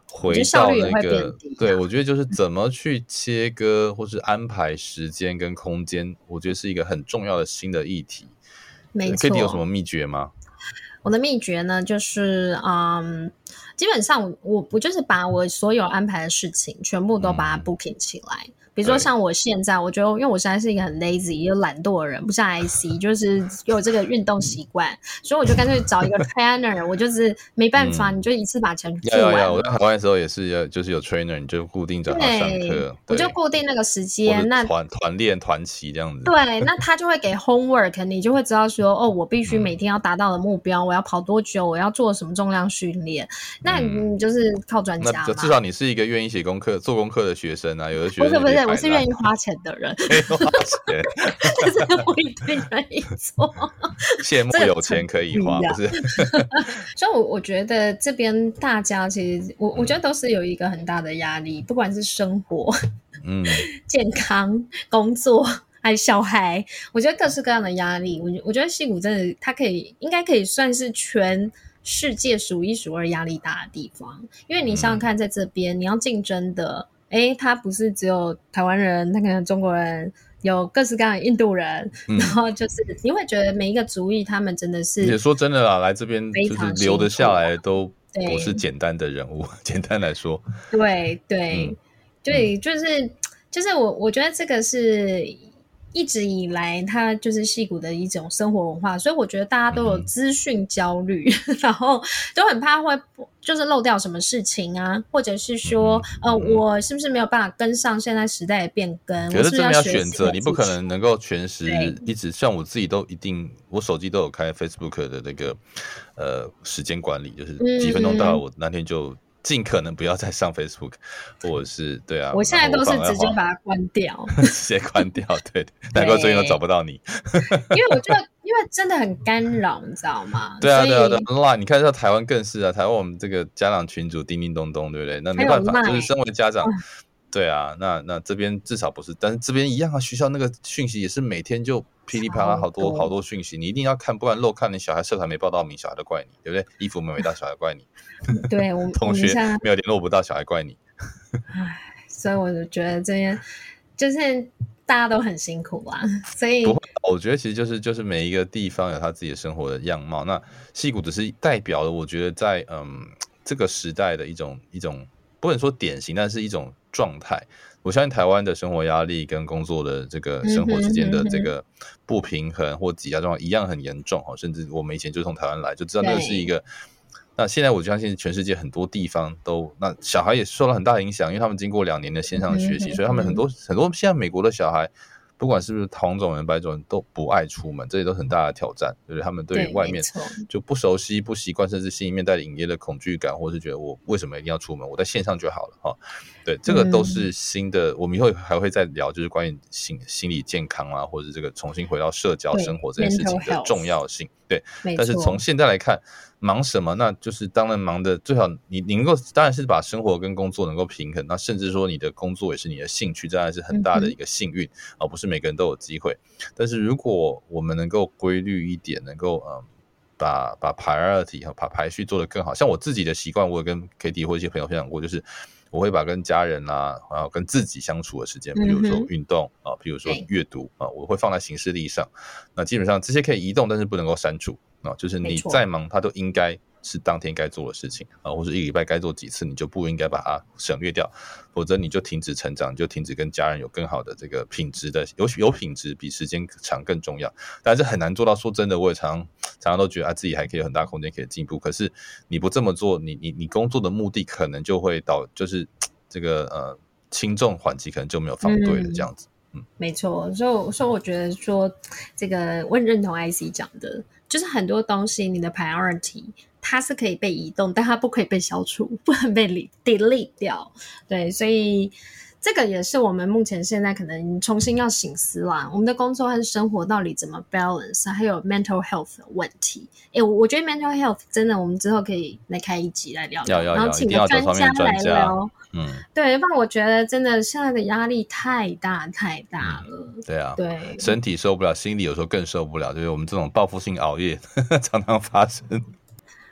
回到那个，对，我觉得就是怎么去切割或是安排时间跟空间，我觉得是一个很重要的新的议题。 没错。 Katie 有什么秘诀吗？ 我的秘诀呢，就是嗯，基本上我我就是把我所有安排的事情全部都把它 booking 起来。嗯，比如说像我现在，我觉得因为我实在是一个很 lazy 又懒惰的人，不像 I C 就是有这个运动习惯，所以我就干脆找一个 planner， 我就是没办法，嗯，你就一次把钱付完了。 要要要，我在台湾的时候也是要，就是有 trainer， 你就固定找他上课， 我就固定那个时间，那团团练团期这样子。 对，那他就会给 homework， 你就会知道说，哦，我必须每天要达到的目标，嗯，我要跑多久，我要做什么重量训练。那你就是靠专家嘛。 那至少你是一个愿意写功课、做功课的学生啊。有的学生不是不是，我是愿意花钱的人。 愿意花钱， 但是不一定愿意做。 羡慕有钱可以花，不是？ 所以我，我觉得这边大家其实，我我觉得都是有一个很大的压力，不管是生活、嗯、健康、工作。还有小孩，我觉得各式各样的压力，我我觉得矽谷真的，它可以应该可以算是全世界数一数二压力大的地方。因为你想想看，在这边、嗯、你要竞争的，诶，它不是只有台湾人，它可能中国人，有各式各样的印度人、嗯、然后就是你会觉得每一个族裔他们真的是， 也说真的啦，来这边就是留得下来都不是简单的人物，简单来说， 对对、嗯、对，就是就是我我觉得这个是一直以来它就是矽谷的一种生活文化，所以我觉得大家都有资讯焦虑、嗯、然后都很怕会就是漏掉什么事情啊，或者是说、嗯、呃，我是不是没有办法跟上现在时代的变更， 可是真的要选择，你不可能能够全时一直，像我自己都一定，我手机都有开 Facebook 的那个呃时间管理，就是几分钟到了我那天就尽可能不要再上 Facebook， 或者是对啊， 我现在都是直接把它关掉， 直接关掉，对，难怪最近都找不到你， 因为我觉得，因为真的很干扰，你知道吗？ 对啊，对啊，对啊，你看到台湾更是啊，台湾我们这个家长群组叮叮咚咚，对不对？那没办法，就是身为家长。对啊，那那这边至少不是，但是这边一样啊。学校那个讯息也是每天就噼里啪啦好多好多讯息，你一定要看，不然漏看你小孩社团没报到名，小孩都怪你，对不对？衣服没有到，小孩怪你。 对，我同学没有联络不到，小孩怪你。 唉，所以我就觉得这边就是大家都很辛苦啊。所以不会，我觉得其实就是就是每一个地方有他自己的生活的样貌。那矽谷只是代表了，我觉得在嗯这个时代的一种一种。不能说典型，但是一种状态。我相信台湾的生活压力跟工作的这个生活之间的这个不平衡或挤压状况一样很严重，甚至我们以前就从台湾来就知道那是一个。那现在我相信全世界很多地方都，那小孩也受到很大影响，因为他们经过两年的线上学习，所以他们很多很多现在美国的小孩。不管是不是黄种人白种人都不爱出门，这些都很大的挑战，对不对？他们对于外面就不熟悉不习惯，甚至心里面带着隐约的恐惧感，或是觉得我为什么一定要出门，我在线上就好了、哦、对，这个都是新的、嗯、我们以后还会再聊，就是关于 心, 心理健康啊，或者这个重新回到社交生活这件事情的重要性。对，但是从现在来看忙什么，那就是当然忙的最好你你能够当然是把生活跟工作能够平衡，那甚至说你的工作也是你的兴趣，当然是很大的一个幸运、嗯哦、不是每个人都有机会。但是如果我们能够规律一点，能够、嗯、把把 priority 把排序做得更好，像我自己的习惯，我有跟 Katie 或一些朋友分享过，就是我会把跟家人啊，然后跟自己相处的时间，比如说运动啊，比如说阅读啊，我会放在行事历上。那基本上这些可以移动，但是不能够删除啊，就是你再忙，它都应该是当天该做的事情啊，或者一个礼拜该做几次，你就不应该把它省略掉，否则你就停止成长，你就停止跟家人有更好的这个品质的有有品质比时间长更重要。但是很难做到，说真的，我也常常常都觉得啊，自己还可以有很大空间可以进步。可是你不这么做，你你你工作的目的可能就会导就是这个呃轻重缓急可能就没有放对了，这样子。嗯， 没错，所以所以我觉得说这个我很认同 I C 讲的，就是很多东西你的 priority 它是可以被移动，但它不可以被消除，不能被 delete 掉。对，所以这个也是我们目前现在可能重新要省思啦，我们的工作和生活到底怎么 balance， 还有 mental health 的问题。诶，我觉得 mental health 真的我们之后可以来开一集来聊聊， 要要要然后请个专家来聊。 嗯， 对，不然我觉得真的现在的压力太大太大了。 嗯、对啊， 对， 身体受不了，心理有时候更受不了，就是我们这种报复性熬夜呵呵常常发生。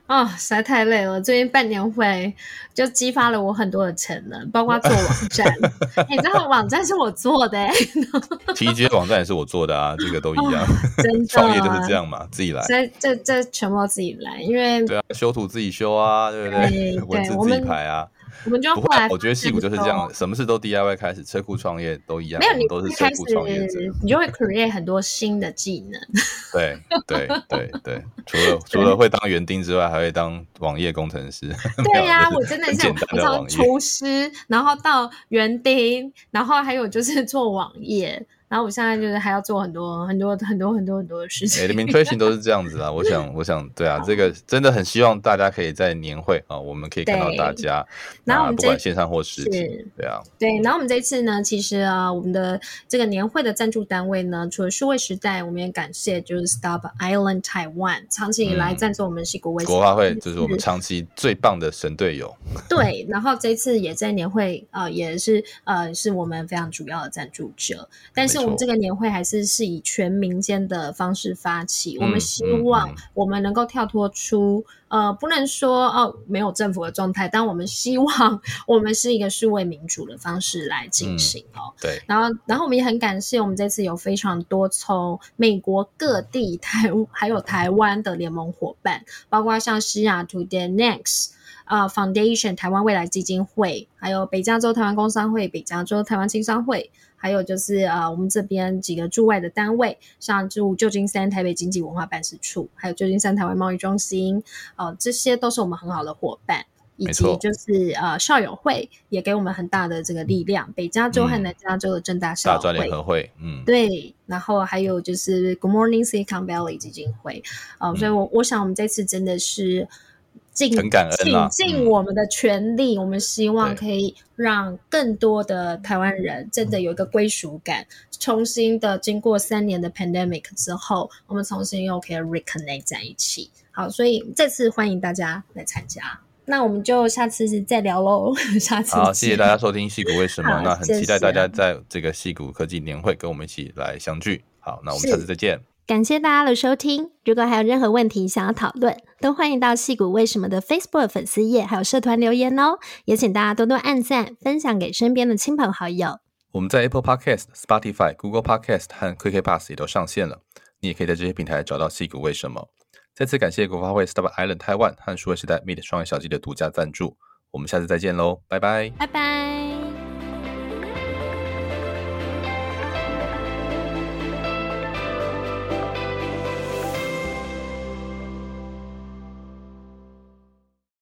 哦，实在太累了。最近办年会就激发了我很多的潜能，包括做网站。欸、你知道网站是我做的哎、欸、 ，T G 网站也是我做的啊，这个都一样。 哦、真的， 创业就是这样嘛，自己来。 所以这这全部都自己来，因为对啊，修图自己修啊，对不对？ 对文字自己排啊。 我们就不会， 后来我觉得矽谷就是这样，什么事都 D I Y 开始，车库创业都一样， 没有， 我们都是车库创业者， 你就会 create 很多新的技能。 对对对对，除了除了会当园丁之外，还会当网页工程师。 对呀、啊，我真的是简单的网页， 从厨师，然后到园丁，然后还有就是做网页。然后我现在就是还要做很多很多很多很多很多的事情。 administration 都是这样子啊，我想我想对啊，这个真的很希望大家可以在年会啊，我们可以看到大家， 然后我们不管线上或实体，对啊， 对。然后我们这次呢，其实啊，我们的这个年会的赞助单位呢，除了数位时代，我们也感谢就是 Stop Island Taiwan 长期以来赞助我们矽谷卫视国发会，就是我们长期最棒的神队友。 对，然后这次也在年会呃也是呃是我们非常主要的赞助者，但是我们这个年会还是是以全民间的方式发起，嗯、我们希望我们能够跳脱出呃不能说哦没有政府的状态，但我们希望我们是一个数位民主的方式来进行哦。 嗯、对， 然后然后我们也很感谢我们这次有非常多从美国各地台还有台湾的联盟伙伴，包括像西雅图的 Next。呃、uh, Foundation 台湾未来基金会，还有北加州台湾工商会、北加州台湾青商会，还有就是呃我们这边几个驻外的单位，像驻旧金山台北经济文化办事处，还有旧金山台湾贸易中心，呃这些都是我们很好的伙伴，以及就是呃校友会也给我们很大的这个力量，北加州和南加州的政大校友会、 大专联合会，嗯， 对，然后还有就是 Good Morning Silicon Valley 基金会，呃、嗯、所以我我想我们这次真的是。尽很感恩啦， 尽尽我们的全力、嗯、我们希望可以让更多的台湾人真的有一个归属感，重新的经过三年的 pandemic 之后，我们重新又可以 reconnect 在一起。好，所以这次欢迎大家来参加。那我们就下次再聊咯，下次好，谢谢大家收听矽谷为什么，那很期待大家在这个矽谷科技年会跟我们一起来相聚。好，那我们下次再见。 感谢大家的收听，如果还有任何问题想要讨论，都欢迎到矽谷为什么的 Facebook 粉丝页还有社团留言哦，也请大家多多按赞分享给身边的亲朋好友。 我们在 Apple Podcast、Spotify、Google Podcast 和 K K Bus 也都上线了，你也可以在这些平台找到矽谷为什么。再次感谢国发会 Stop Island Taiwan 和数位时代 Meet 创业小记的独家赞助，我们下次再见喽，拜拜， 拜拜。